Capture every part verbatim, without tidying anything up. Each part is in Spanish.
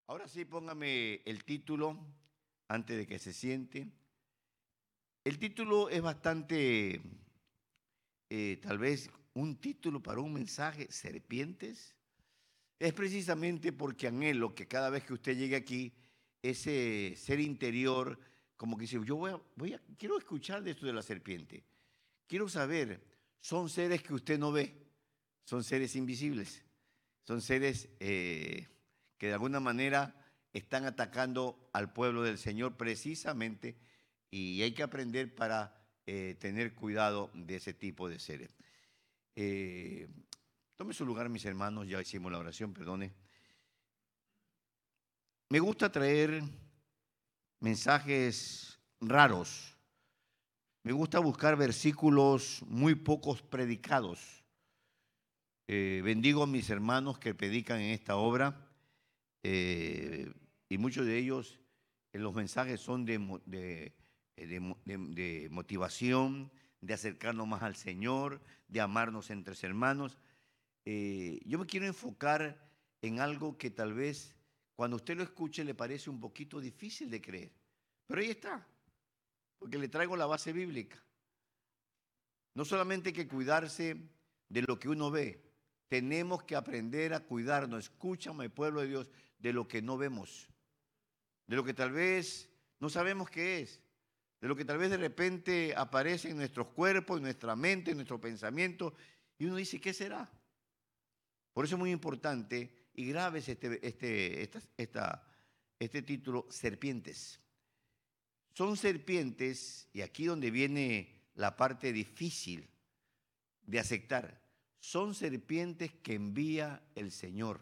Ahora sí, póngame el título antes de que se siente. El título es bastante, eh, tal vez, un título para un mensaje, serpientes. Es precisamente porque anhelo que cada vez que usted llegue aquí, ese ser interior, como que dice, yo voy a, voy a, quiero escuchar de esto de la serpiente. Quiero saber, son seres que usted no ve, son seres invisibles, son seres eh, que de alguna manera están atacando al pueblo del Señor precisamente, y hay que aprender para eh, tener cuidado de ese tipo de seres. Eh, tome su lugar, mis hermanos, ya hicimos la oración, perdone. Me gusta traer mensajes raros. Me gusta buscar versículos muy pocos predicados. Eh, bendigo a mis hermanos que predican en esta obra eh, y muchos de ellos, eh, los mensajes son de, de, de, de, de motivación, de acercarnos más al Señor, de amarnos entre hermanos. Eh, yo me quiero enfocar en algo que tal vez cuando usted lo escuche le parece un poquito difícil de creer, pero ahí está, porque le traigo la base bíblica. No solamente hay que cuidarse de lo que uno ve, tenemos que aprender a cuidarnos. Escúchame, pueblo de Dios, de lo que no vemos, de lo que tal vez no sabemos qué es, de lo que tal vez de repente aparece en nuestros cuerpos, en nuestra mente, en nuestro pensamiento, y uno dice, ¿qué será? Por eso es muy importante, y grave este, este, esta, esta, este título, serpientes. Son serpientes, y aquí donde viene la parte difícil de aceptar, son serpientes que envía el Señor.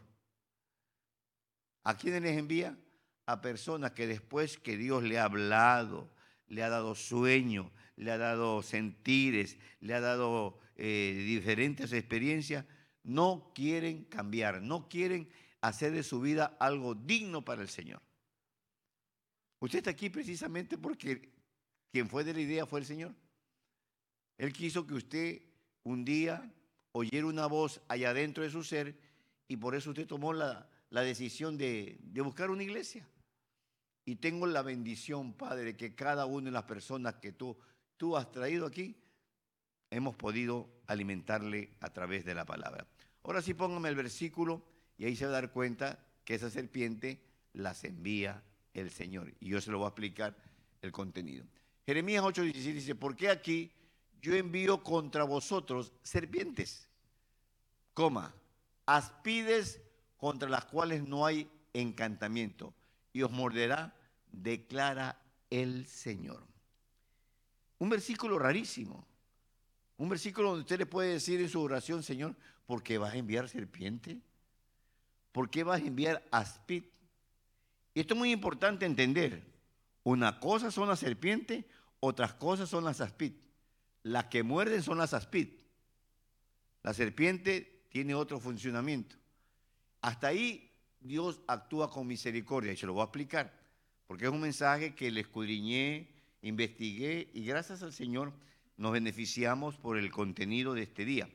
¿A quiénes les envía? A personas que después que Dios le ha hablado, le ha dado sueño, le ha dado sentires, le ha dado eh, diferentes experiencias, no quieren cambiar, no quieren hacer de su vida algo digno para el Señor. Usted está aquí precisamente porque quien fue de la idea fue el Señor. Él quiso que usted un día oyera una voz allá dentro de su ser y por eso usted tomó la, la decisión de, de buscar una iglesia. Y tengo la bendición, Padre, que cada una de las personas que tú, tú has traído aquí, hemos podido alimentarle a través de la palabra. Ahora sí póngame el versículo y ahí se va a dar cuenta que esa serpiente las envía el Señor. Y yo se lo voy a explicar el contenido. Jeremías ocho dieciséis dice, ¿por qué aquí yo envío contra vosotros serpientes, coma, aspides contra las cuales no hay encantamiento, y os morderá, declara el Señor? Un versículo rarísimo, un versículo donde usted le puede decir en su oración, Señor, ¿por qué vas a enviar serpiente? ¿Por qué vas a enviar aspid? Y esto es muy importante entender. Una cosa son las serpientes, otras cosas son las aspid. Las que muerden son las aspid. La serpiente tiene otro funcionamiento. Hasta ahí Dios actúa con misericordia y se lo voy a explicar, porque es un mensaje que le escudriñé, investigué y gracias al Señor nos beneficiamos por el contenido de este día.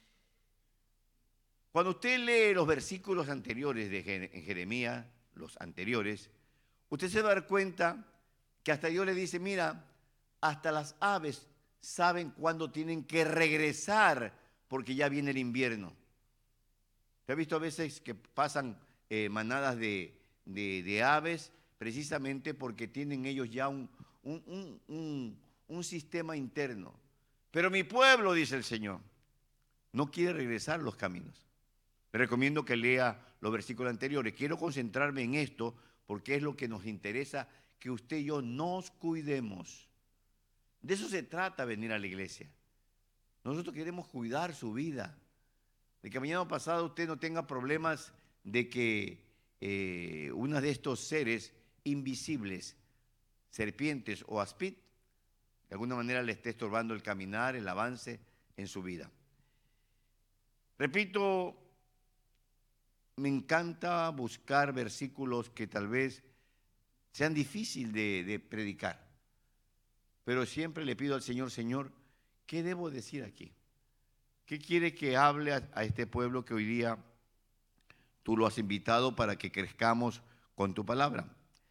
Cuando usted lee los versículos anteriores de Jeremías, los anteriores, usted se va a dar cuenta que hasta Dios le dice, mira, hasta las aves saben cuándo tienen que regresar porque ya viene el invierno. ¿Te ha visto a veces que pasan eh, manadas de, de, de aves precisamente porque tienen ellos ya un, un, un, un, un sistema interno? Pero mi pueblo, dice el Señor, no quiere regresar los caminos. Le recomiendo que lea los versículos anteriores. Quiero concentrarme en esto porque es lo que nos interesa, que usted y yo nos cuidemos. De eso se trata venir a la iglesia. Nosotros queremos cuidar su vida, de que mañana pasado usted no tenga problemas de que eh, uno de estos seres invisibles, serpientes o aspid, de alguna manera le esté estorbando el caminar, el avance en su vida. Repito, me encanta buscar versículos que tal vez sean difíciles de, de predicar, pero siempre le pido al Señor, Señor, ¿qué debo decir aquí? ¿Qué quiere que hable a, a este pueblo que hoy día tú lo has invitado para que crezcamos con tu palabra.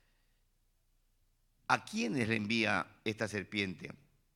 ¿A quiénes le envía esta serpiente?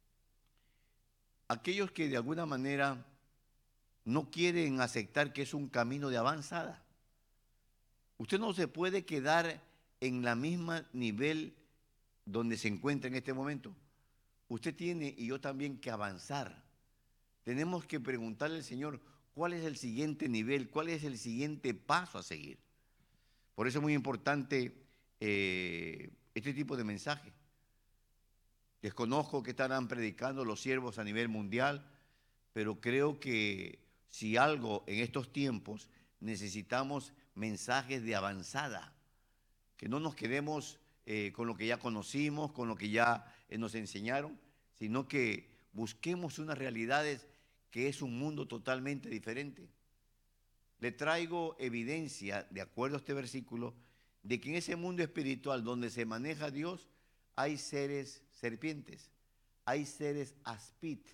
Aquellos que de alguna manera no quieren aceptar que es un camino de avanzada. Usted no se puede quedar en la misma nivel donde se encuentra en este momento. Usted tiene y yo también que avanzar. Tenemos que preguntarle al Señor cuál es el siguiente nivel, cuál es el siguiente paso a seguir. Por eso es muy importante eh, este tipo de mensaje. Desconozco que estarán predicando los siervos a nivel mundial, pero creo que si algo en estos tiempos necesitamos mensajes de avanzada, que no nos quedemos eh, con lo que ya conocimos, con lo que ya eh, nos enseñaron, sino que busquemos unas realidades que es un mundo totalmente diferente. Le traigo evidencia, de acuerdo a este versículo, de que en ese mundo espiritual donde se maneja Dios, hay seres serpientes, hay seres aspid.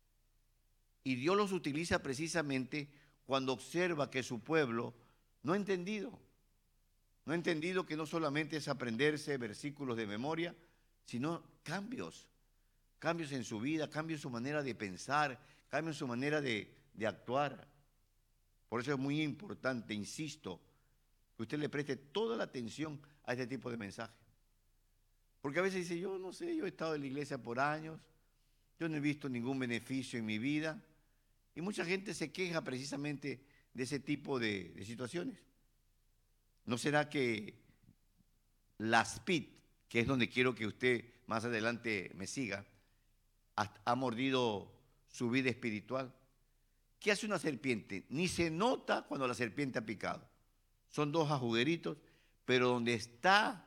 Y Dios los utiliza precisamente cuando observa que su pueblo no ha entendido. No ha entendido que no solamente es aprenderse versículos de memoria, sino cambios. Cambios en su vida, cambios en su manera de pensar, cambios en su manera de, de actuar. Por eso es muy importante, insisto, que usted le preste toda la atención a este tipo de mensajes. Porque a veces dice, yo no sé, yo he estado en la iglesia por años, yo no he visto ningún beneficio en mi vida. Y mucha gente se queja precisamente de ese tipo de, de situaciones. ¿No será que la aspid, que es donde quiero que usted más adelante me siga, ha, ha mordido su vida espiritual? ¿Qué hace una serpiente? Ni se nota cuando la serpiente ha picado. Son dos agujeros, pero donde está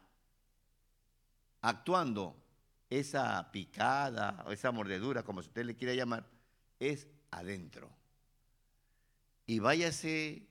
actuando esa picada o esa mordedura, como usted le quiera llamar, es adentro. Y váyase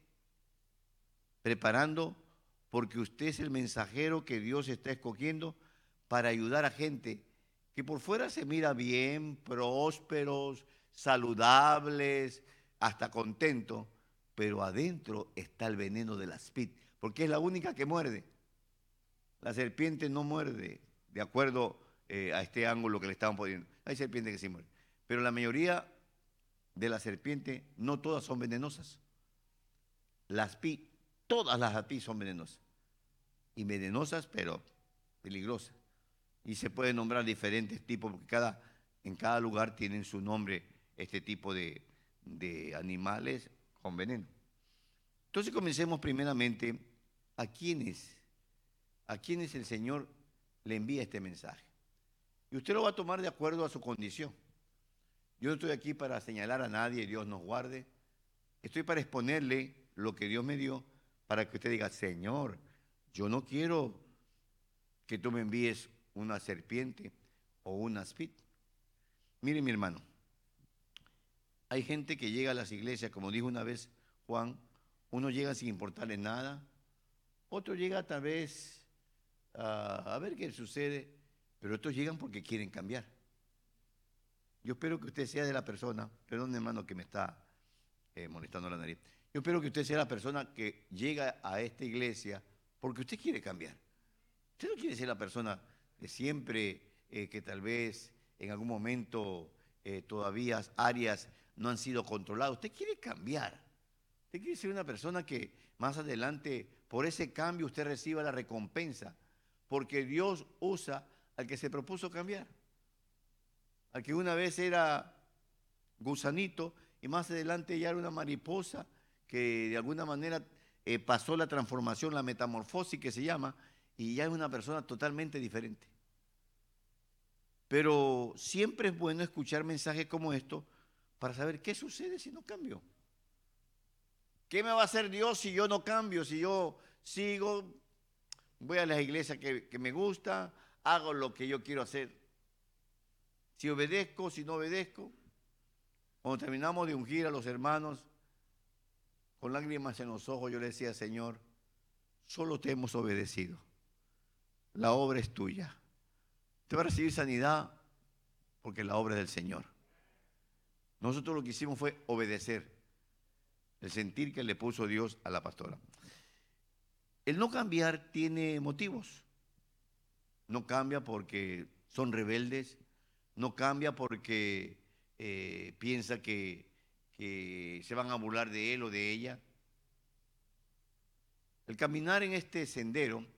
preparando porque usted es el mensajero que Dios está escogiendo para ayudar a gente que por fuera se mira bien, prósperos, saludables, hasta contentos, pero adentro está el veneno de la aspid, porque es la única que muerde. La serpiente no muerde, de acuerdo eh, a este ángulo que le estaban poniendo. Hay serpientes que sí muerden, pero la mayoría de las serpientes, no todas son venenosas. Las aspid, todas las aspid son venenosas. Y venenosas, pero peligrosas. Y se pueden nombrar diferentes tipos, porque cada, en cada lugar tienen su nombre este tipo de, de animales con veneno. Entonces comencemos primeramente a quiénes, a quiénes el Señor le envía este mensaje. Y usted lo va a tomar de acuerdo a su condición. Yo no estoy aquí para señalar a nadie, Dios nos guarde. Estoy para exponerle lo que Dios me dio para que usted diga, Señor, yo no quiero que tú me envíes una serpiente o una aspid. Mire, mi hermano, hay gente que llega a las iglesias, como dijo una vez Juan, uno llega sin importarle nada, otro llega tal vez a, a ver qué sucede, pero otros llegan porque quieren cambiar. Yo espero que usted sea de la persona, perdón hermano que me está eh, molestando la nariz, yo espero que usted sea la persona que llega a esta iglesia porque usted quiere cambiar. Usted no quiere ser la persona de siempre eh, que tal vez en algún momento eh, todavía áreas no han sido controladas. Usted quiere cambiar. Usted quiere ser una persona que más adelante por ese cambio usted reciba la recompensa. Porque Dios usa al que se propuso cambiar. Al que una vez era gusanito y más adelante ya era una mariposa que de alguna manera eh, pasó la transformación, la metamorfosis que se llama, y ya es una persona totalmente diferente. Pero siempre es bueno escuchar mensajes como estos para saber qué sucede si no cambio. ¿Qué me va a hacer Dios si yo no cambio? Si yo sigo, voy a las iglesias que, que me gusta, hago lo que yo quiero hacer. Si obedezco, si no obedezco. Cuando terminamos de ungir a los hermanos, con lágrimas en los ojos, yo le decía, Señor, solo te hemos obedecido. La obra es tuya. Te va a recibir sanidad porque la obra es del Señor. Nosotros lo que hicimos fue obedecer el sentir que le puso Dios a la pastora. El no cambiar tiene motivos. No cambia porque son rebeldes, no cambia porque eh, piensa que, que se van a burlar de él o de ella. El caminar en este sendero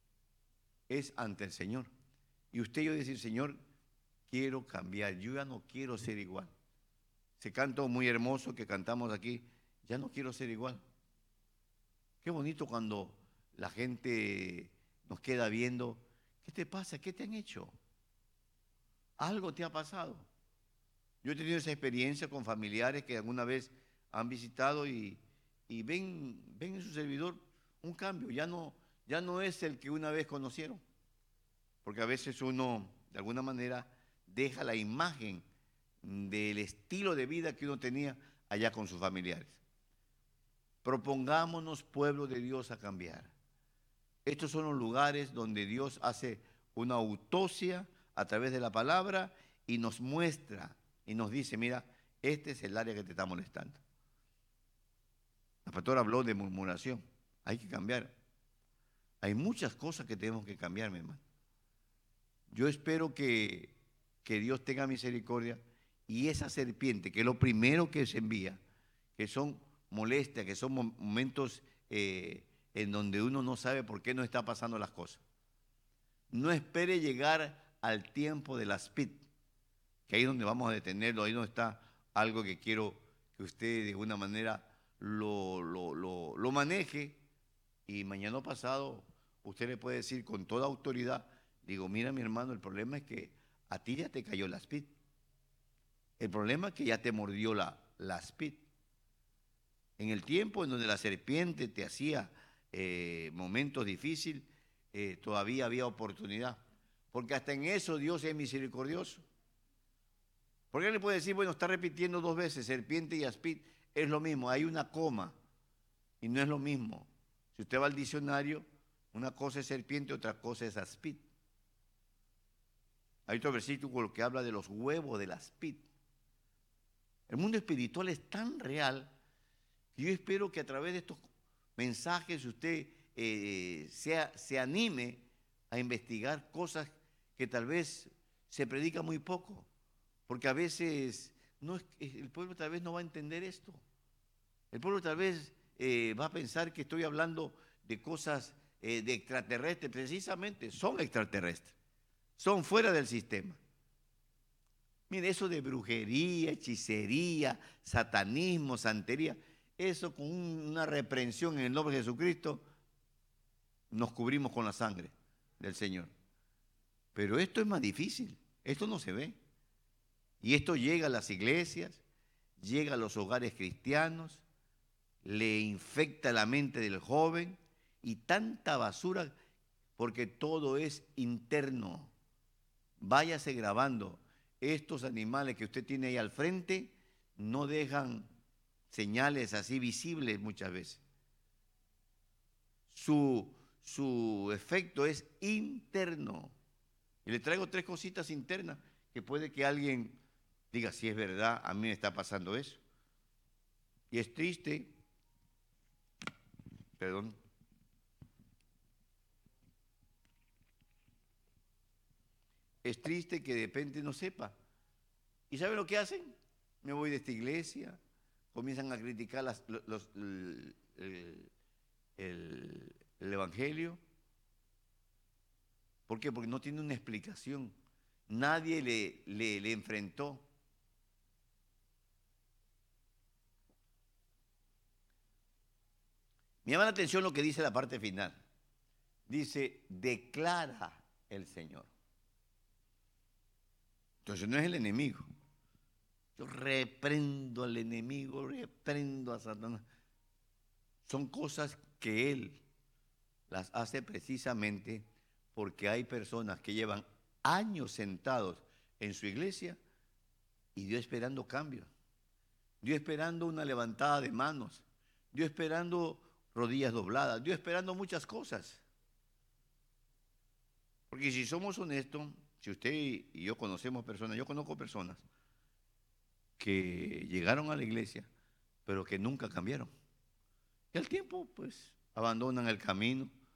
es ante el Señor. Y usted y yo decir, Señor, quiero cambiar, yo ya no quiero ser igual. Ese canto muy hermoso que cantamos aquí, ya no quiero ser igual. Qué bonito cuando la gente nos queda viendo. ¿Qué te pasa? ¿Qué te han hecho? ¿Algo te ha pasado? Yo he tenido esa experiencia con familiares que alguna vez han visitado y, y ven, ven en su servidor un cambio. Ya no, ya no es el que una vez conocieron. Porque a veces uno, de alguna manera, deja la imagen del estilo de vida que uno tenía allá con sus familiares. Propongámonos, pueblo de Dios, a cambiar. Estos son los lugares donde Dios hace una autopsia a través de la palabra y nos muestra y nos dice, mira, este es el área que te está molestando. La pastora habló de murmuración. Hay que cambiar. Hay muchas cosas que tenemos que cambiar, mi hermano. Yo espero que, que Dios tenga misericordia y esa serpiente, que es lo primero que se envía, que son molestias, que son momentos eh, en donde uno no sabe por qué no está pasando las cosas. No espere llegar al tiempo de las P I T, que ahí es donde vamos a detenerlo, ahí donde está algo que quiero que usted de alguna manera lo, lo, lo, lo maneje y mañana pasado usted le puede decir con toda autoridad, digo, mira mi hermano, el problema es que a ti ya te cayó la S P I D. El problema es que ya te mordió la, la S P I D. En el tiempo en donde la serpiente te hacía eh, momentos difíciles, eh, todavía había oportunidad. Porque hasta en eso Dios es misericordioso. Porque él le puede decir, bueno, está repitiendo dos veces, serpiente y aspid, es lo mismo, hay una coma y no es lo mismo. Si usted va al diccionario, una cosa es serpiente, otra cosa es aspid. Hay otro versículo que habla de los huevos del aspid. El mundo espiritual es tan real que yo espero que a través de estos mensajes usted eh, sea, se anime a investigar cosas que tal vez se predica muy poco. Porque a veces no es, el pueblo tal vez no va a entender esto. El pueblo tal vez eh, va a pensar que estoy hablando de cosas eh, de extraterrestres. Precisamente son extraterrestres. Son fuera del sistema. Mire, eso de brujería, hechicería, satanismo, santería, eso con una reprensión en el nombre de Jesucristo, nos cubrimos con la sangre del Señor. Pero esto es más difícil. Esto no se ve. Y esto llega a las iglesias, llega a los hogares cristianos, le infecta la mente del joven y tanta basura porque todo es interno. Váyase grabando. Estos animales que usted tiene ahí al frente no dejan señales así visibles muchas veces. Su, su efecto es interno. Y le traigo tres cositas internas que puede que alguien diga, si es verdad, a mí me está pasando eso. Y es triste, perdón, es triste que de repente no sepa. ¿Y sabe lo que hacen? Me voy de esta iglesia, comienzan a criticar las, los, el, el, el, el evangelio. ¿Por qué? Porque no tiene una explicación. Nadie le, le, le enfrentó. Me llama la atención lo que dice la parte final. Dice, declara el Señor. Entonces no es el enemigo. Yo reprendo al enemigo, reprendo a Satanás. Son cosas que él las hace precisamente porque hay personas que llevan años sentados en su iglesia y Dios esperando cambios. Dios esperando una levantada de manos. Dios esperando rodillas dobladas, Dios esperando muchas cosas. Porque si somos honestos, si usted y yo conocemos personas, yo conozco personas que llegaron a la iglesia, pero que nunca cambiaron. Y al tiempo, pues, abandonan el camino,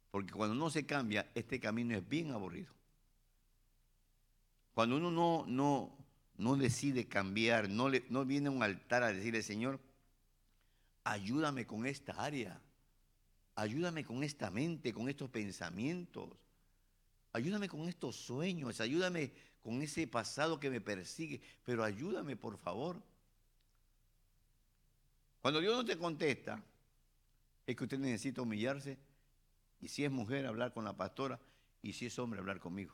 Porque cuando no se cambia, este camino es bien aburrido. Cuando uno no, no, no decide cambiar, no, le, no viene a un altar a decirle, Señor, ayúdame con esta área, ayúdame con esta mente, con estos pensamientos, ayúdame con estos sueños, ayúdame con ese pasado que me persigue, pero ayúdame por favor. Cuando Dios no te contesta, es que usted necesita humillarse, y si es mujer, hablar con la pastora, y si es hombre, hablar conmigo.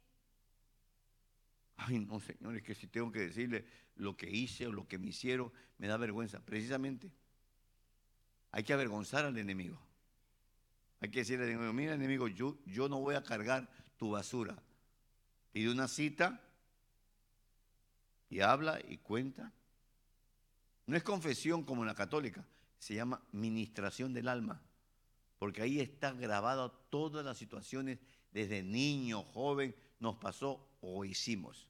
Ay, no, Señor, es que si tengo que decirle lo que hice o lo que me hicieron, me da vergüenza. Precisamente, hay que avergonzar al enemigo. Hay que decirle al enemigo, mira, enemigo, yo, yo no voy a cargar tu basura. Pide una cita y habla y cuenta. No es confesión como en la católica, se llama ministración del alma, porque ahí está grabado todas las situaciones desde niño, joven, nos pasó o hicimos.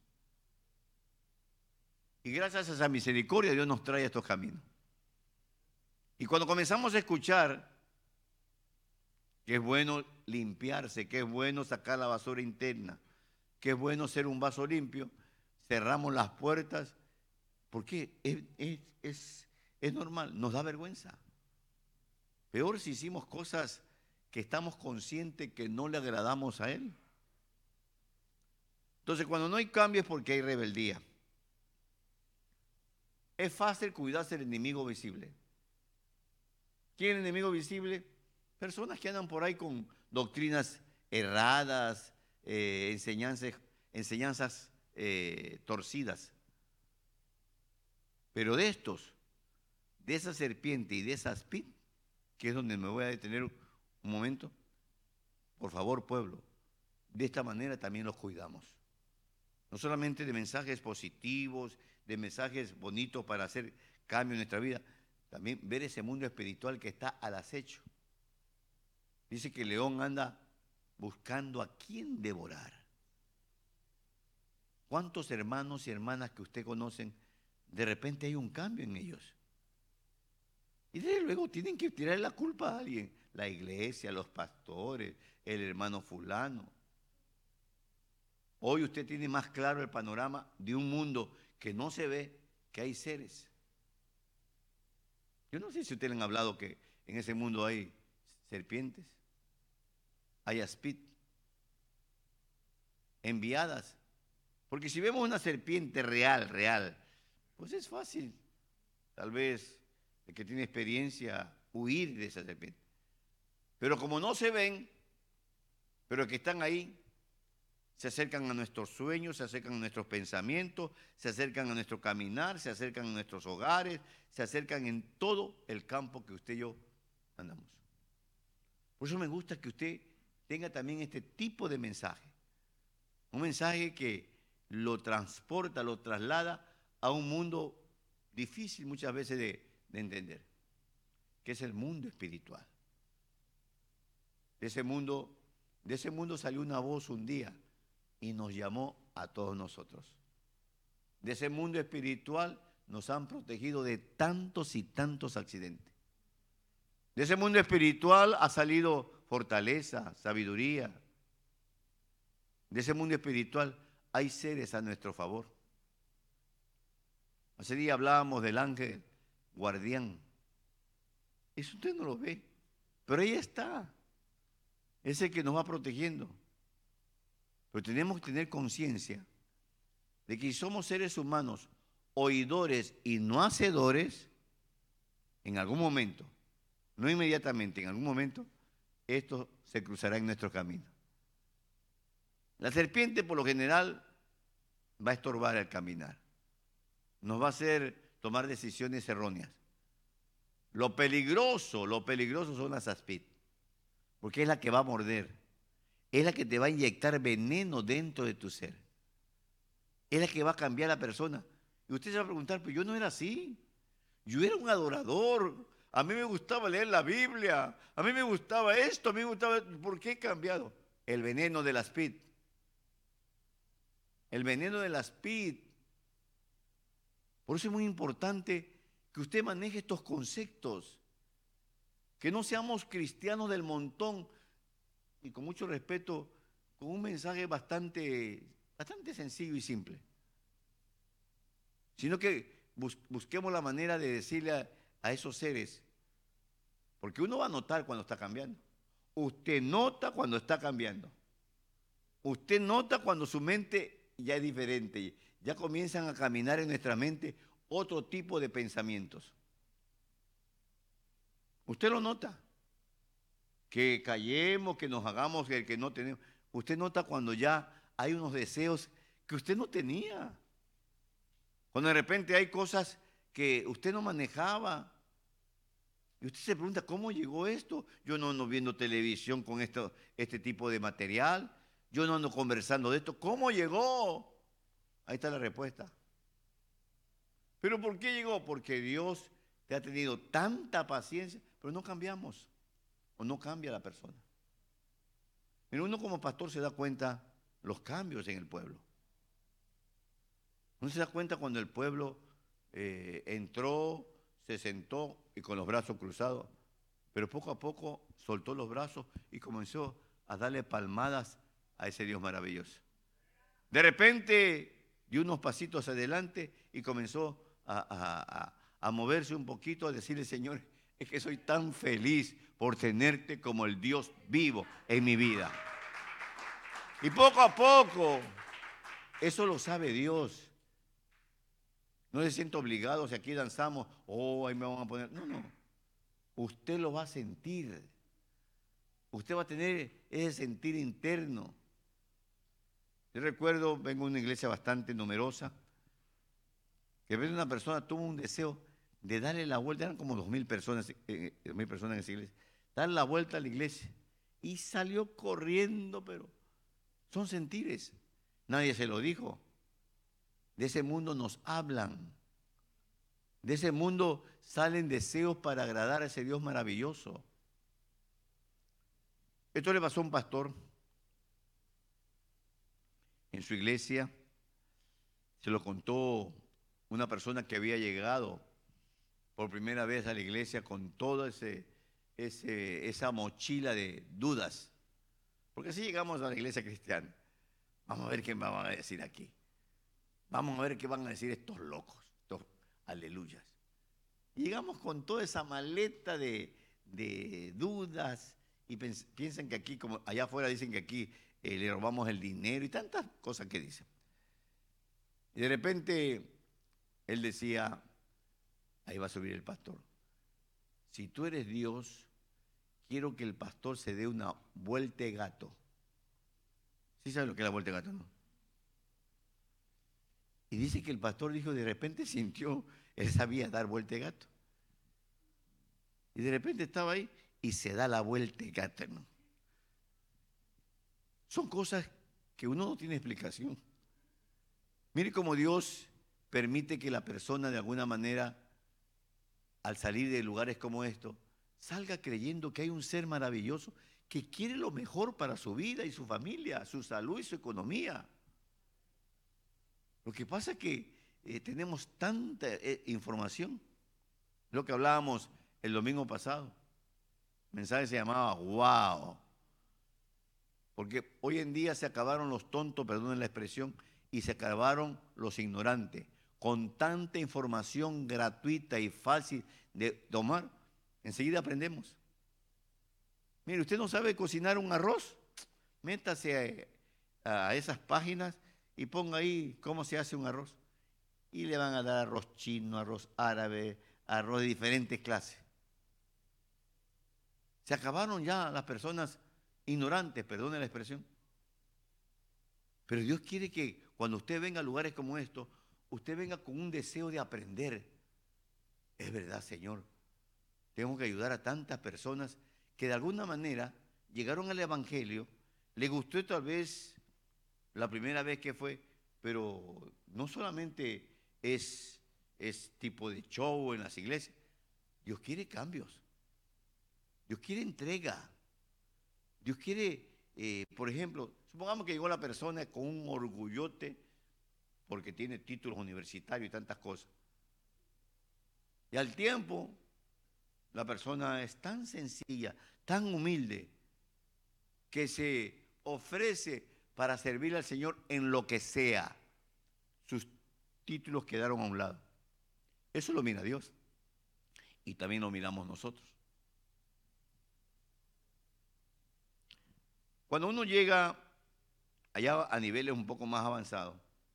Y gracias a esa misericordia Dios nos trae a estos caminos. Y cuando comenzamos a escuchar que es bueno limpiarse, que es bueno sacar la basura interna, que es bueno ser un vaso limpio, cerramos las puertas, porque es, es, es, es normal, nos da vergüenza. Peor si hicimos cosas que estamos conscientes que no le agradamos a Él. Entonces, cuando no hay cambio es porque hay rebeldía. Es fácil cuidarse del enemigo visible. ¿Quién es el enemigo visible? Personas que andan por ahí con doctrinas erradas, eh, enseñanzas, enseñanzas eh, torcidas. Pero de estos, de esa serpiente y de esa aspid, que es donde me voy a detener un momento, por favor, pueblo, de esta manera también los cuidamos. No solamente de mensajes positivos, de mensajes bonitos para hacer cambio en nuestra vida, también ver ese mundo espiritual que está al acecho. Dice que el león anda buscando a quién devorar. ¿Cuántos hermanos y hermanas que usted conocen, de repente hay un cambio en ellos? Y desde luego tienen que tirar la culpa a alguien, la iglesia, los pastores, el hermano fulano. Hoy usted tiene más claro el panorama de un mundo que no se ve, que hay seres. Yo no sé si ustedes le han hablado que en ese mundo hay serpientes, hay aspid, enviadas. Porque si vemos una serpiente real, real, pues es fácil, tal vez el que tiene experiencia, huir de esa serpiente. Pero como no se ven, pero que están ahí, se acercan a nuestros sueños, se acercan a nuestros pensamientos, se acercan a nuestro caminar, se acercan a nuestros hogares, se acercan en todo el campo que usted y yo andamos. Por eso me gusta que usted tenga también este tipo de mensaje. Un mensaje que lo transporta, lo traslada a un mundo difícil muchas veces de, de entender, que es el mundo espiritual. De ese mundo, de ese mundo salió una voz un día y nos llamó a todos nosotros. De ese mundo espiritual nos han protegido de tantos y tantos accidentes. De ese mundo espiritual ha salido fortaleza, sabiduría. De ese mundo espiritual hay seres a nuestro favor. Hace día hablábamos del ángel guardián. Eso usted no lo ve, pero ahí está. Ese que nos va protegiendo. Pero tenemos que tener conciencia de que si somos seres humanos, oidores y no hacedores, en algún momento, no inmediatamente, en algún momento, esto se cruzará en nuestro camino. La serpiente, por lo general, va a estorbar el caminar. Nos va a hacer tomar decisiones erróneas. Lo peligroso, lo peligroso son las aspid, porque es la que va a morder. Es la que te va a inyectar veneno dentro de tu ser. Es la que va a cambiar a la persona. Y usted se va a preguntar, pero yo no era así. Yo era un adorador. A mí me gustaba leer la Biblia. A mí me gustaba esto. A mí me gustaba... ¿Por qué he cambiado? El veneno del aspid. El veneno del aspid. Por eso es muy importante que usted maneje estos conceptos. Que no seamos cristianos del montón. y con mucho respeto, con un mensaje bastante, bastante sencillo y simple. Sino que bus busquemos la manera de decirle a, a esos seres, porque uno va a notar cuando está cambiando. Usted nota cuando está cambiando. Usted nota cuando su mente ya es diferente. Ya comienzan a caminar en nuestra mente otro tipo de pensamientos. Usted lo nota. Que callemos, que nos hagamos que, que no tenemos. Usted nota cuando ya hay unos deseos que usted no tenía. Cuando de repente hay cosas que usted no manejaba. Y usted se pregunta, ¿cómo llegó esto? Yo no ando viendo televisión con esto, este tipo de material. Yo no ando conversando de esto. ¿Cómo llegó? Ahí está la respuesta. ¿Pero por qué llegó? Porque Dios te ha tenido tanta paciencia, pero no cambiamos. O no cambia la persona. Pero uno como pastor se da cuenta los cambios en el pueblo. Uno se da cuenta cuando el pueblo eh, entró, se sentó y con los brazos cruzados, pero poco a poco soltó los brazos y comenzó a darle palmadas a ese Dios maravilloso. De repente dio unos pasitos adelante y comenzó a, a, a, a moverse un poquito, a decirle, Señor, es que soy tan feliz por tenerte como el Dios vivo en mi vida. Y poco a poco, eso lo sabe Dios. No se siente obligado si aquí danzamos, oh, ahí me van a poner. No, no. Usted lo va a sentir. Usted va a tener ese sentir interno. Yo recuerdo, vengo de una iglesia bastante numerosa, que a veces una persona tuvo un deseo de darle la vuelta, eran como dos mil personas, eh, dos mil personas en esa iglesia, darle la vuelta a la iglesia. Y salió corriendo, pero son sentires. Nadie se lo dijo. De ese mundo nos hablan. De ese mundo salen deseos para agradar a ese Dios maravilloso. Esto le pasó a un pastor en su iglesia. Se lo contó una persona que había llegado por primera vez a la iglesia con toda ese, ese, esa mochila de dudas. Porque así llegamos a la iglesia cristiana. Vamos a ver qué me van a decir aquí. Vamos a ver qué van a decir estos locos, estos aleluyas. Y llegamos con toda esa maleta de, de dudas y piensan que aquí, como allá afuera dicen que aquí eh, le robamos el dinero y tantas cosas que dicen. Y de repente él decía, ahí va a subir el pastor, si tú eres Dios, quiero que el pastor se dé una vuelta de gato. ¿Sí sabe lo que es la vuelta de gato, no? Y dice que el pastor dijo, de repente sintió, él sabía dar vuelta de gato. Y de repente estaba ahí y se da la vuelta de gato, ¿no? Son cosas que uno no tiene explicación. Mire cómo Dios permite que la persona de alguna manera, al salir de lugares como estos, salga creyendo que hay un ser maravilloso que quiere lo mejor para su vida y su familia, su salud y su economía. Lo que pasa es que eh, tenemos tanta eh, información. Lo que hablábamos el domingo pasado. El mensaje se llamaba wow. Porque hoy en día se acabaron los tontos, perdonen la expresión, y se acabaron los ignorantes. Con tanta información gratuita y fácil de tomar, enseguida aprendemos. Mire, ¿usted no sabe cocinar un arroz? Métase a, a esas páginas y ponga ahí cómo se hace un arroz. Y le van a dar arroz chino, arroz árabe, arroz de diferentes clases. Se acabaron ya las personas ignorantes, perdone la expresión. Pero Dios quiere que cuando usted venga a lugares como estos, usted venga con un deseo de aprender. Es verdad, Señor. Tengo que ayudar a tantas personas que de alguna manera llegaron al Evangelio, le gustó tal vez la primera vez que fue, pero no solamente es, es tipo de show en las iglesias. Dios quiere cambios. Dios quiere entrega. Dios quiere, eh, por ejemplo, supongamos que llegó la persona con un orgullote porque tiene títulos universitarios y tantas cosas. Y al tiempo, la persona es tan sencilla, tan humilde, que se ofrece para servir al Señor en lo que sea. Sus títulos quedaron a un lado. Eso lo mira Dios. Y también lo miramos nosotros. Cuando uno llega allá a niveles un poco más avanzados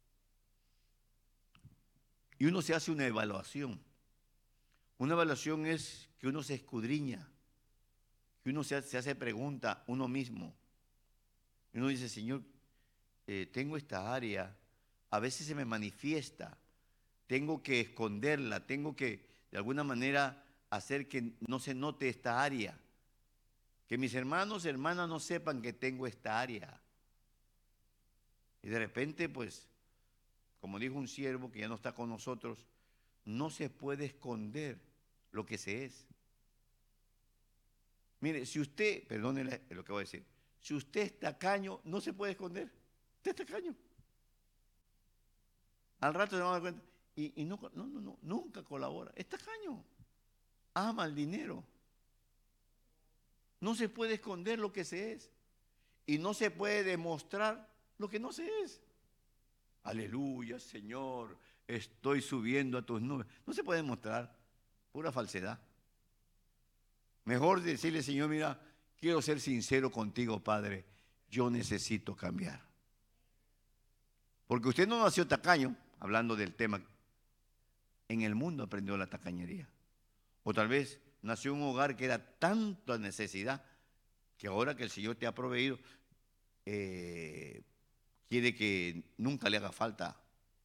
y uno se hace una evaluación, una evaluación es que uno se escudriña, que uno se, se hace pregunta uno mismo. Y uno dice, Señor, eh, tengo esta área, a veces se me manifiesta, tengo que esconderla, tengo que de alguna manera hacer que no se note esta área, que mis hermanos y hermanas no sepan que tengo esta área. Y de repente, pues, como dijo un siervo que ya no está con nosotros, no se puede esconder lo que se es. Mire, si usted, perdónenle lo que voy a decir, si usted es tacaño, no se puede esconder. Usted es tacaño. Al rato se va a dar cuenta. Y, y no, no, no, no, nunca colabora. Es tacaño. Ama el dinero. No se puede esconder lo que se es. Y no se puede demostrar lo que no se es. Aleluya, Señor, estoy subiendo a tus nubes. No se puede demostrar. Pura falsedad. Mejor decirle, Señor, mira, quiero ser sincero contigo, Padre. Yo necesito cambiar. Porque usted no nació tacaño, hablando del tema. En el mundo aprendió la tacañería. O tal vez nació en un hogar que era tanta necesidad que ahora que el Señor te ha proveído, eh, quiere que nunca le haga falta.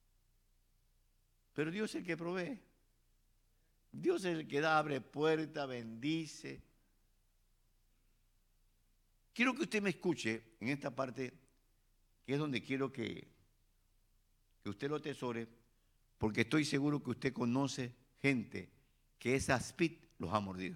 Pero Dios es el que provee. Dios es el que da, abre puerta, bendice. Quiero que usted me escuche en esta parte, que es donde quiero que, que usted lo atesore, porque estoy seguro que usted conoce gente que esa aspid los ha mordido.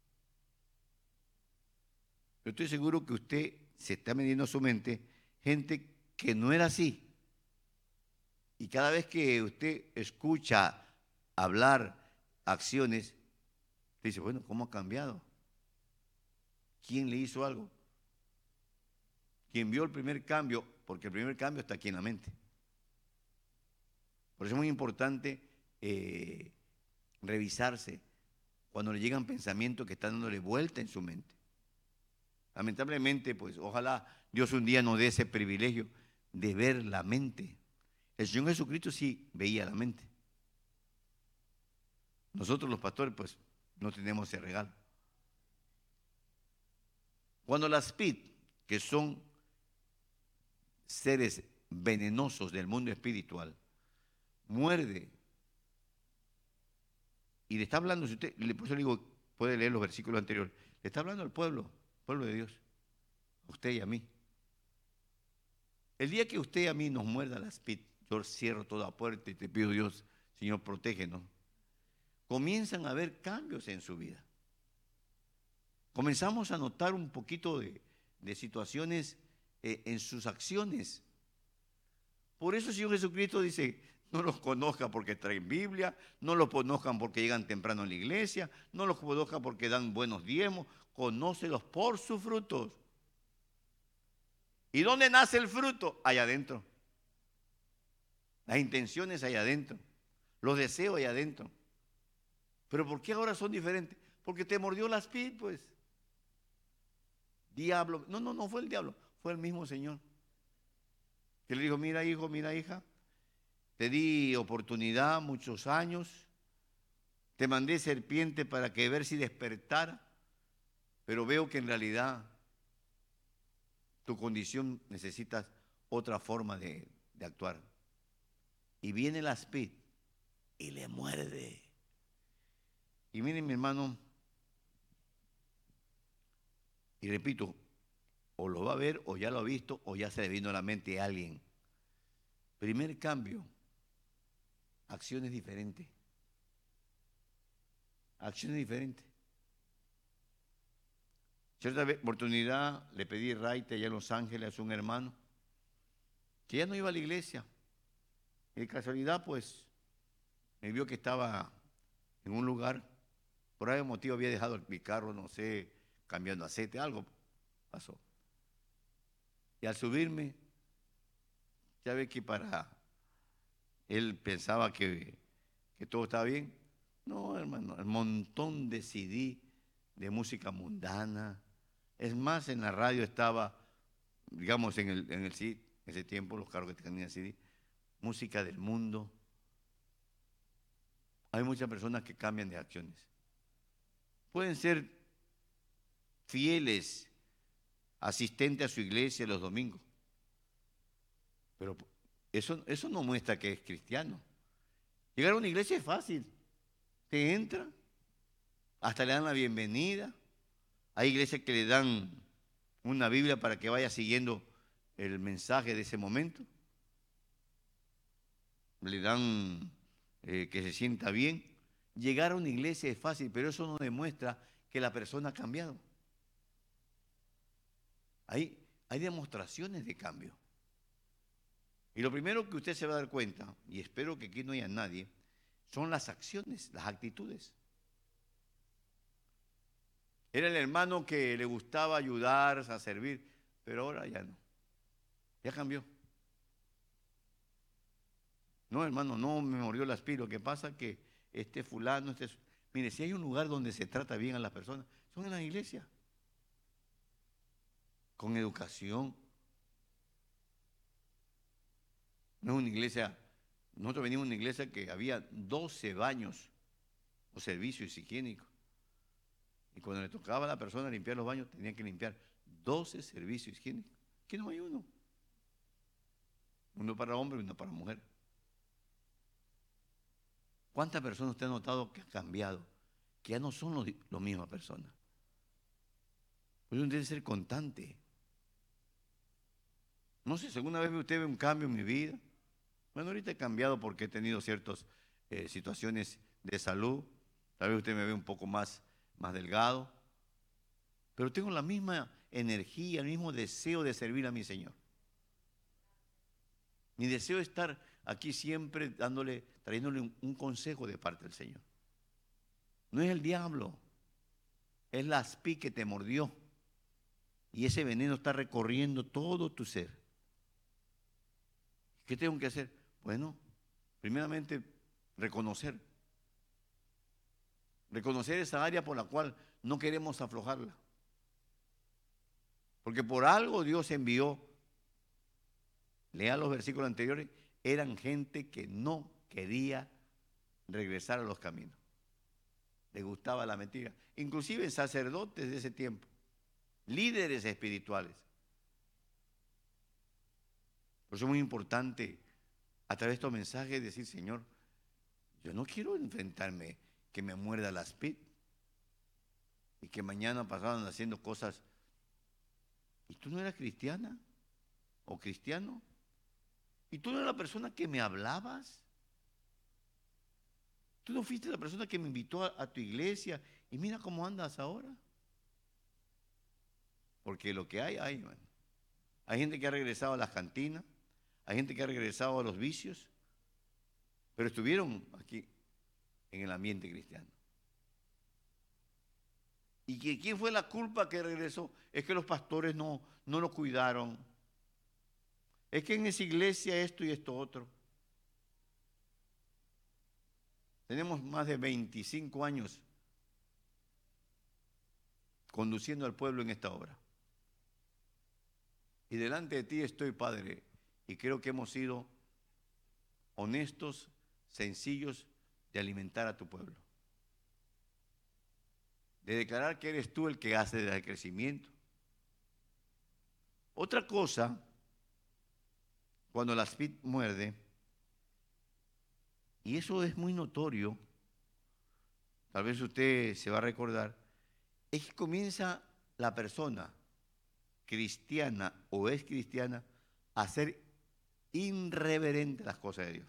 Yo estoy seguro que usted se está metiendo a su mente gente que no era así. Y cada vez que usted escucha hablar acciones, dice, bueno, ¿cómo ha cambiado? ¿Quién le hizo algo? ¿Quién vio el primer cambio? Porque el primer cambio está aquí en la mente. Por eso es muy importante eh, revisarse cuando le llegan pensamientos que están dándole vuelta en su mente. Lamentablemente, pues, ojalá Dios un día nos dé ese privilegio de ver la mente. El Señor Jesucristo sí veía la mente. Nosotros los pastores, pues, no tenemos ese regalo. Cuando las P I D, que son seres venenosos del mundo espiritual, muerde, y le está hablando, si usted, por eso le digo, puede leer los versículos anteriores, le está hablando al pueblo, pueblo de Dios, a usted y a mí. El día que usted y a mí nos muerda las P I D, yo cierro toda puerta y te pido, Dios, Señor, protégenos. Comienzan a haber cambios en su vida. Comenzamos a notar un poquito de, de situaciones eh, en sus acciones. Por eso el Señor Jesucristo dice, no los conozcan porque traen Biblia, no los conozcan porque llegan temprano a la iglesia, no los conozcan porque dan buenos diezmos, conócelos por sus frutos. ¿Y dónde nace el fruto? Allá adentro. Las intenciones allá adentro, los deseos allá adentro. ¿Pero por qué ahora son diferentes? Porque te mordió las P I D, pues. Diablo. No, no, no fue el diablo, fue el mismo Señor. Que le dijo, mira hijo, mira hija, te di oportunidad muchos años, te mandé serpiente para que ver si despertara, pero veo que en realidad tu condición necesitas otra forma de, de actuar. Y viene la P I D y le muerde. Y miren, mi hermano, y repito, o lo va a ver, o ya lo ha visto, o ya se le vino a la mente a alguien. Primer cambio, acciones diferentes. Acciones diferentes. Cierta oportunidad le pedí raite allá en Los Ángeles a un hermano que ya no iba a la iglesia. Y de casualidad, pues, me vio que estaba en un lugar. Por algún motivo había dejado mi carro, no sé, cambiando aceite, algo pasó. Y al subirme, ya ve que para él pensaba que, que todo estaba bien. No, hermano, el montón de C D de música mundana. Es más, en la radio estaba, digamos, en el, en el C D, en ese tiempo, los carros que tenían C D, música del mundo. Hay muchas personas que cambian de acciones. Pueden ser fieles, asistentes a su iglesia los domingos, pero eso, eso no muestra que es cristiano. Llegar a una iglesia es fácil. Te entra, hasta le dan la bienvenida. Hay iglesias que le dan una Biblia para que vaya siguiendo el mensaje de ese momento. Le dan eh, que se sienta bien. Llegar a una iglesia es fácil, pero eso no demuestra que la persona ha cambiado. Hay, hay demostraciones de cambio. Y lo primero que usted se va a dar cuenta, y espero que aquí no haya nadie, son las acciones, las actitudes. Era el hermano que le gustaba ayudar, a servir, pero ahora ya no. Ya cambió. No, hermano, no me mordió la espina. Lo que pasa es que este fulano, este... Mire, si hay un lugar donde se trata bien a las personas, son en las iglesias. Con educación. No es una iglesia, nosotros venimos de una iglesia que había doce baños o servicios higiénicos. Y cuando le tocaba a la persona limpiar los baños, tenía que limpiar doce servicios higiénicos. Aquí no hay uno. Uno para hombre y uno para mujer. ¿Cuántas personas usted ha notado que han cambiado? Que ya no son los, los mismas personas. Pues uno debe ser constante. No sé, si alguna vez usted ve un cambio en mi vida. Bueno, ahorita he cambiado porque he tenido ciertas eh, situaciones de salud. Tal vez usted me ve un poco más, más delgado. Pero tengo la misma energía, el mismo deseo de servir a mi Señor. Mi deseo es estar aquí siempre dándole, trayéndole un, un consejo de parte del Señor. No es el diablo, es la aspi que te mordió. Y ese veneno está recorriendo todo tu ser. ¿Qué tengo que hacer? Bueno, primeramente, reconocer. Reconocer esa área por la cual no queremos aflojarla. Porque por algo Dios envió, lea los versículos anteriores, eran gente que no quería regresar a los caminos. Les gustaba la mentira. Inclusive sacerdotes de ese tiempo, líderes espirituales. Por eso es muy importante a través de estos mensajes decir, Señor, yo no quiero enfrentarme que me muerda la spid y que mañana pasaban haciendo cosas. ¿Y tú no eras cristiana o cristiano? ¿Y tú no eras la persona que me hablabas? ¿Tú no fuiste la persona que me invitó a, a tu iglesia y mira cómo andas ahora? Porque lo que hay, hay, hermano. Hay gente que ha regresado a las cantinas, hay gente que ha regresado a los vicios, pero estuvieron aquí en el ambiente cristiano. ¿Y que, quién fue la culpa que regresó? Es que los pastores no, no lo cuidaron. Es que en esa iglesia esto y esto otro. Tenemos más de veinticinco años conduciendo al pueblo en esta obra. Y delante de ti estoy, Padre, y creo que hemos sido honestos, sencillos de alimentar a tu pueblo. De declarar que eres tú el que hace el crecimiento. Otra cosa, cuando la spid muerde, y eso es muy notorio, tal vez usted se va a recordar, es que comienza la persona cristiana o es cristiana a ser irreverente a las cosas de Dios.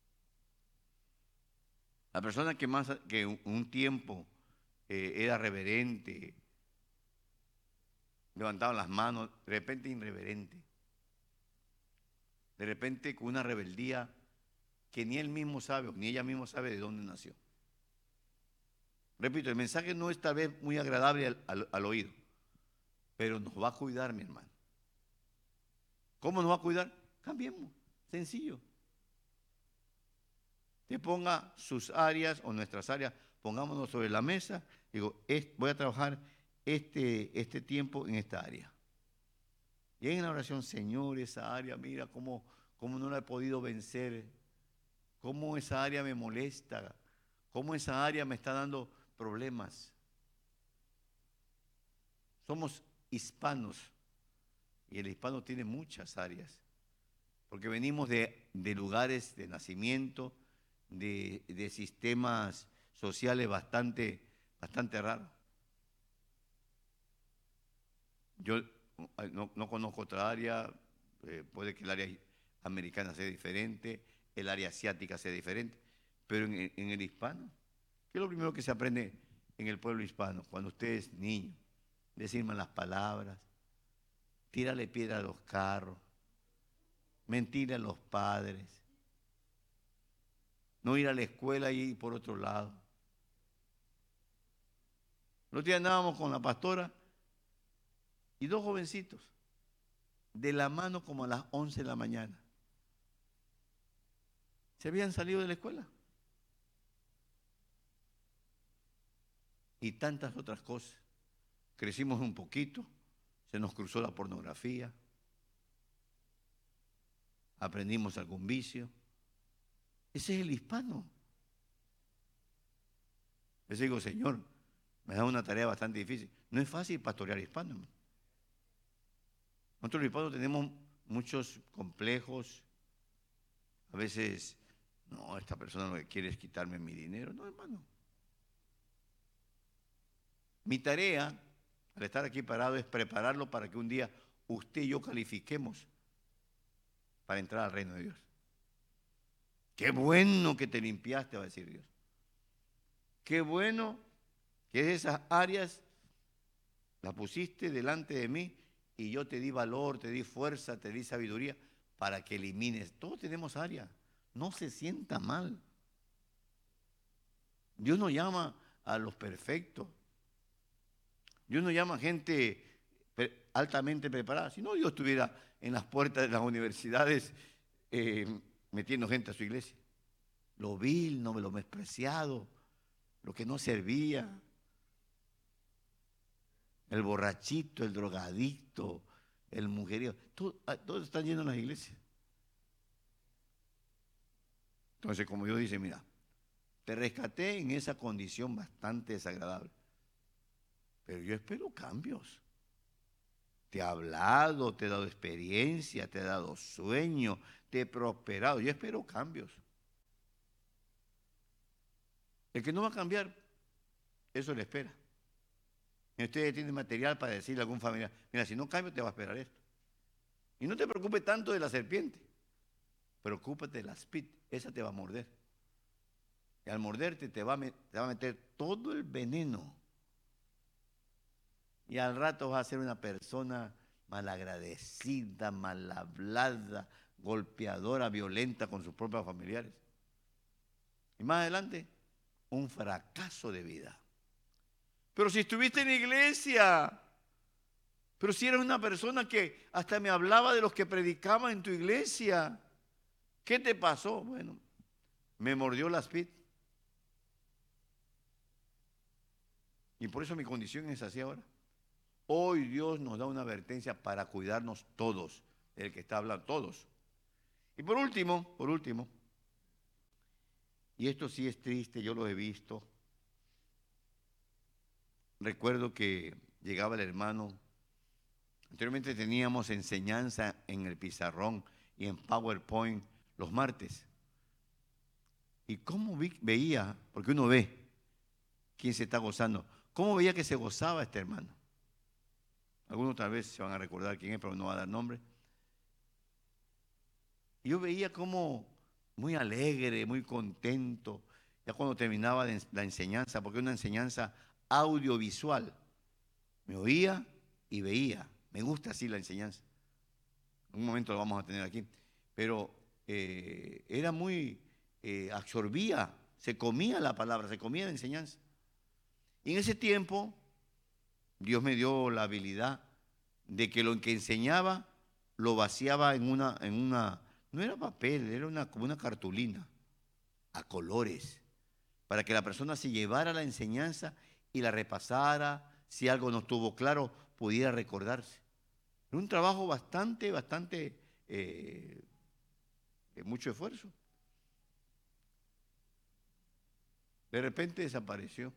La persona que más que un tiempo eh, era reverente, levantaba las manos, de repente irreverente, de repente con una rebeldía que ni él mismo sabe, ni ella misma sabe de dónde nació. Repito, el mensaje no es tal vez muy agradable al, al, al oído, pero nos va a cuidar, mi hermano. ¿Cómo nos va a cuidar? Cambiemos, sencillo. Que ponga sus áreas o nuestras áreas, pongámonos sobre la mesa. Digo, es, voy a trabajar este, este tiempo en esta área. Y en la oración, Señor, esa área, mira cómo, cómo no la he podido vencer, cómo esa área me molesta, cómo esa área me está dando problemas. Somos hispanos y el hispano tiene muchas áreas, porque venimos de, de lugares de nacimiento, de, de sistemas sociales bastante, bastante raros. Yo no, no conozco otra área, eh, puede que el área americana sea diferente, el área asiática sea diferente, pero en, en el hispano, ¿qué es lo primero que se aprende en el pueblo hispano? Cuando usted es niño, decir malas palabras, tírale piedra a los carros, mentir a los padres, no ir a la escuela y ir por otro lado. Los días andábamos con la pastora y dos jovencitos, de la mano como a las once de la mañana. Se habían salido de la escuela. Y tantas otras cosas. Crecimos un poquito, se nos cruzó la pornografía, aprendimos algún vicio. Ese es el hispano. Yo digo, Señor, me da una tarea bastante difícil. No es fácil pastorear hispano. Nosotros los hispanos tenemos muchos complejos. A veces, no, esta persona lo que quiere es quitarme mi dinero. No, hermano. Mi tarea, al estar aquí parado, es prepararlo para que un día usted y yo califiquemos para entrar al reino de Dios. Qué bueno que te limpiaste, va a decir Dios. Qué bueno que esas áreas las pusiste delante de mí y yo te di valor, te di fuerza, te di sabiduría para que elimines. Todos tenemos áreas. No se sienta mal. Dios no llama a los perfectos. Dios no llama a gente altamente preparada. Si no, Dios estuviera en las puertas de las universidades eh, metiendo gente a su iglesia. Lo vil, no me lo despreciado, lo que no servía, el borrachito, el drogadicto, el mujeriego, todo, todos están yendo a las iglesias. Entonces, como Dios dice, mira, te rescaté en esa condición bastante desagradable, pero yo espero cambios. Te he hablado, te he dado experiencia, te he dado sueño, te he prosperado. Yo espero cambios. El que no va a cambiar, eso le espera. Y usted tiene material para decirle a algún familiar, mira, si no cambio te va a esperar esto. Y no te preocupes tanto de la serpiente, preocúpate de la aspid, esa te va a morder. Y al morderte te va a, te va a meter todo el veneno. Y al rato vas a ser una persona malagradecida, mal hablada, golpeadora, violenta con sus propios familiares. Y más adelante, un fracaso de vida. Pero si estuviste en la iglesia, pero si eres una persona que hasta me hablaba de los que predicaban en tu iglesia, ¿qué te pasó? Bueno, me mordió la aspid. Y por eso mi condición es así ahora. Hoy Dios nos da una advertencia para cuidarnos todos, del que está hablando, todos. Y por último, por último, y esto sí es triste, yo lo he visto. Recuerdo que llegaba el hermano, anteriormente teníamos enseñanza en el pizarrón y en PowerPoint los martes. Y cómo vi, veía, porque uno ve quién se está gozando, cómo veía que se gozaba este hermano. Algunos tal vez se van a recordar quién es, pero no va a dar nombre. Y yo veía como muy alegre, muy contento, ya cuando terminaba la enseñanza, porque es una enseñanza audiovisual. Me oía y veía. Me gusta así la enseñanza. En un momento lo vamos a tener aquí. Pero eh, era muy, eh, absorbía, se comía la palabra, se comía la enseñanza. Y en ese tiempo, Dios me dio la habilidad de que lo que enseñaba lo vaciaba en una, en una, no era papel, era una, como una cartulina, a colores, para que la persona se llevara la enseñanza y la repasara, si algo no estuvo claro, pudiera recordarse. Era un trabajo bastante, bastante, eh, de mucho esfuerzo. De repente desapareció.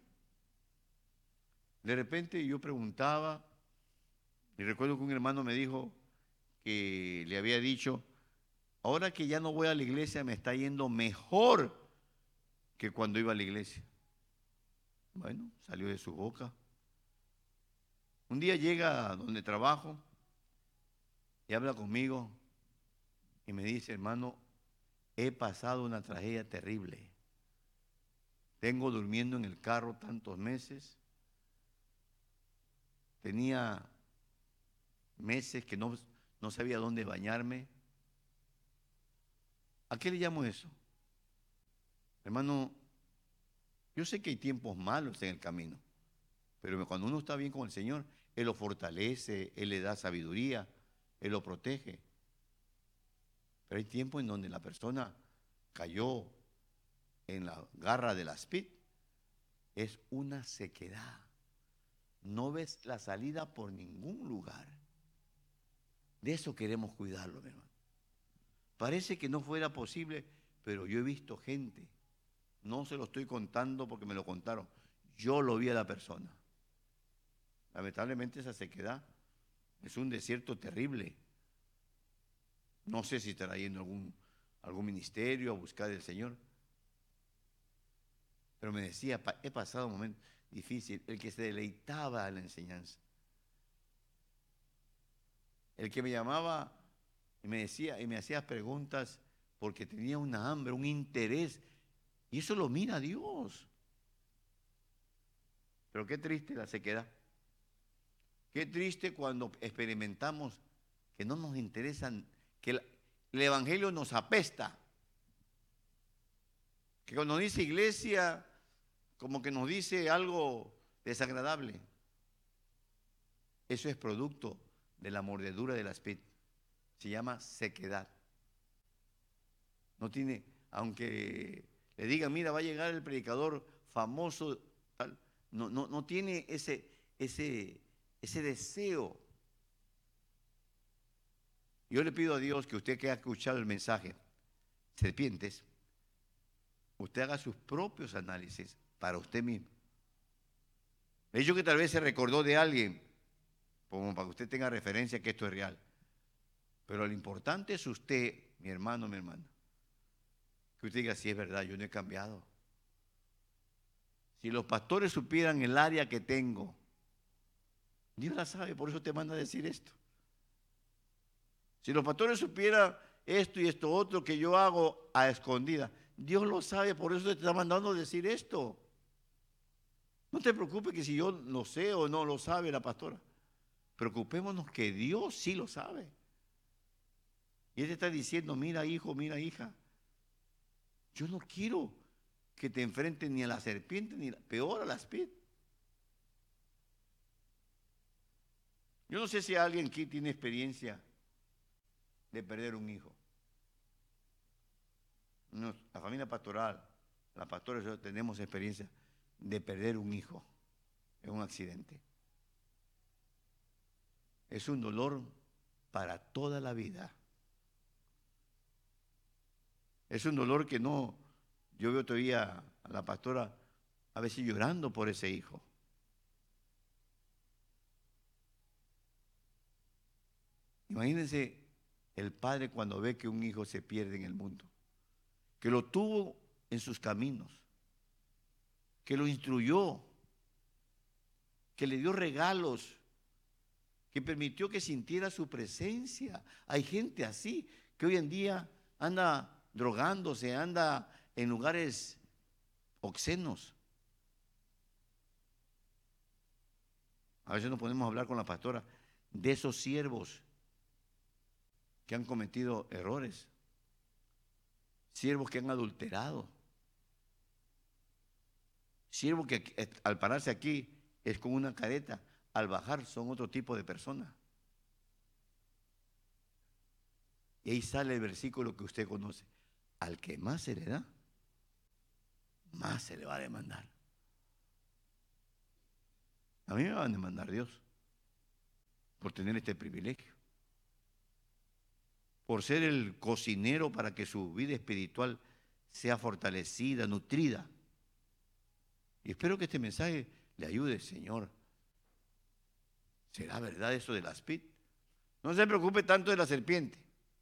De repente yo preguntaba, y recuerdo que un hermano me dijo que le había dicho, ahora que ya no voy a la iglesia me está yendo mejor que cuando iba a la iglesia. Bueno, salió de su boca. Un día llega a donde trabajo y habla conmigo y me dice, hermano, he pasado una tragedia terrible. Tengo durmiendo en el carro tantos meses. Tenía meses que no, no sabía dónde bañarme. ¿A qué le llamo eso? Hermano, yo sé que hay tiempos malos en el camino, pero cuando uno está bien con el Señor, Él lo fortalece, Él le da sabiduría, Él lo protege. Pero hay tiempos en donde la persona cayó en la garra de la spid. Es una sequedad. No ves la salida por ningún lugar. De eso queremos cuidarlo, mi hermano. Parece que no fuera posible, pero yo he visto gente. No se lo estoy contando porque me lo contaron. Yo lo vi a la persona. Lamentablemente esa sequedad es un desierto terrible. No sé si estará yendo a algún, algún ministerio a buscar al Señor. Pero me decía, he pasado un momento difícil, el que se deleitaba en la enseñanza. El que me llamaba y me decía y me hacía preguntas porque tenía una hambre, un interés. Y eso lo mira Dios. Pero qué triste la sequedad. Qué triste cuando experimentamos que no nos interesan, que el, el Evangelio nos apesta. Que cuando dice iglesia, como que nos dice algo desagradable. Eso es producto de la mordedura de la spid. Se llama sequedad. No tiene, aunque le digan, mira, va a llegar el predicador famoso, tal, no, no, no tiene ese, ese, ese deseo. Yo le pido a Dios que usted que ha escuchado el mensaje, serpientes, usted haga sus propios análisis para usted mismo. He dicho que tal vez se recordó de alguien, como para que usted tenga referencia que esto es real. Pero lo importante es usted, mi hermano, mi hermana, que usted diga, sí es verdad, yo no he cambiado. Si los pastores supieran el área que tengo, Dios la sabe, por eso te manda a decir esto. Si los pastores supieran esto y esto otro que yo hago a escondida, Dios lo sabe, por eso te está mandando a decir esto. No te preocupes que si yo lo sé o no lo sabe la pastora. Preocupémonos que Dios sí lo sabe. Y Él te está diciendo, mira hijo, mira hija, yo no quiero que te enfrentes ni a la serpiente, ni la, peor a la spid. Yo no sé si alguien aquí tiene experiencia de perder un hijo. No, la familia pastoral, la pastora y yo tenemos experiencia de perder un hijo en un accidente. Es un dolor para toda la vida. Es un dolor que no, yo veo todavía a la pastora a veces llorando por ese hijo. Imagínense el padre cuando ve que un hijo se pierde en el mundo, que lo tuvo en sus caminos, que lo instruyó, que le dio regalos, que permitió que sintiera su presencia. Hay gente así que hoy en día anda drogándose, anda en lugares obscenos. A veces nos ponemos a hablar con la pastora de esos siervos que han cometido errores, siervos que han adulterado, siervos que al pararse aquí es con una careta, al bajar son otro tipo de personas. Y ahí sale el versículo que usted conoce. Al que más se le da, más se le va a demandar. A mí me van a demandar Dios por tener este privilegio, por ser el cocinero para que su vida espiritual sea fortalecida, nutrida. Y espero que este mensaje le ayude, Señor. ¿Será verdad eso de la aspid? No se preocupe tanto de la serpiente.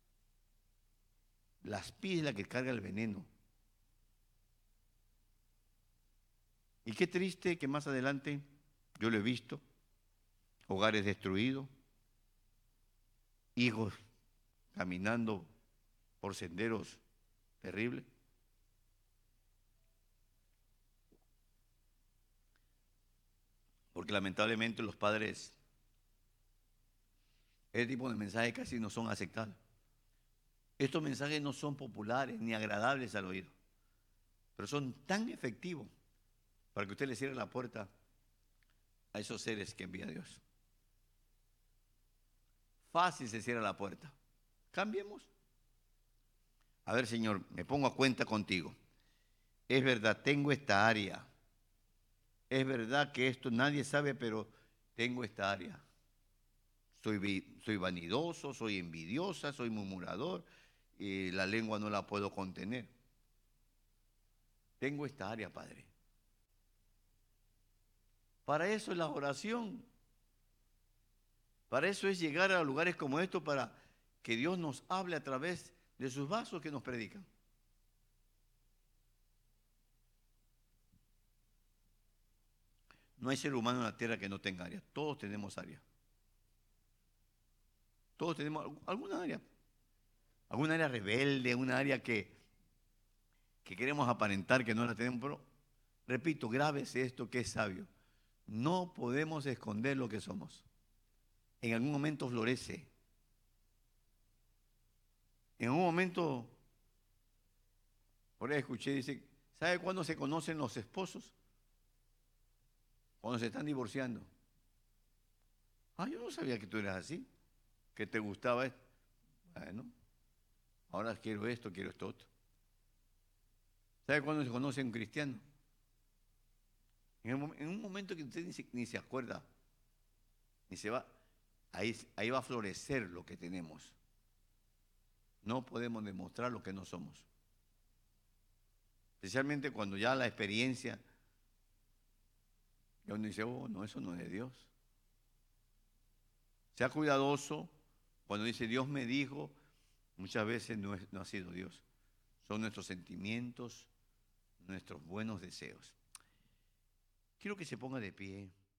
La aspid es la que carga el veneno. Y qué triste que más adelante, yo lo he visto, hogares destruidos, hijos caminando por senderos terribles. Porque lamentablemente los padres, ese tipo de mensajes casi no son aceptables. Estos mensajes no son populares ni agradables al oído, pero son tan efectivos para que usted le cierre la puerta a esos seres que envía Dios. Fácil se cierra la puerta. Cambiemos. A ver, Señor, me pongo a cuenta contigo. Es verdad, tengo esta área. Es verdad que esto nadie sabe, pero tengo esta área. Soy, soy vanidoso, soy envidiosa, soy murmurador, y la lengua no la puedo contener. Tengo esta área, Padre. Para eso es la oración. Para eso es llegar a lugares como estos, para que Dios nos hable a través de sus vasos que nos predican. No hay ser humano en la tierra que no tenga área. Todos tenemos área. Todos tenemos alguna área. Alguna área rebelde, una área que, que queremos aparentar que no la tenemos. Pero, repito, grábese esto que es sabio. No podemos esconder lo que somos. En algún momento florece. En un momento, por ahí escuché, dice, ¿sabe cuándo se conocen los esposos? Cuando se están divorciando. Ah, yo no sabía que tú eras así, que te gustaba esto. Bueno, ahora quiero esto, quiero esto otro. ¿Sabe cuándo se conoce un cristiano? En, el, en un momento que usted ni se, ni se acuerda, ni se va, ahí, ahí va a florecer lo que tenemos. No podemos demostrar lo que no somos. Especialmente cuando ya la experiencia, y uno dice, oh, no, eso no es de Dios. Sea cuidadoso cuando dice Dios me dijo, muchas veces no, es, no ha sido Dios. Son nuestros sentimientos, nuestros buenos deseos. Quiero que se ponga de pie.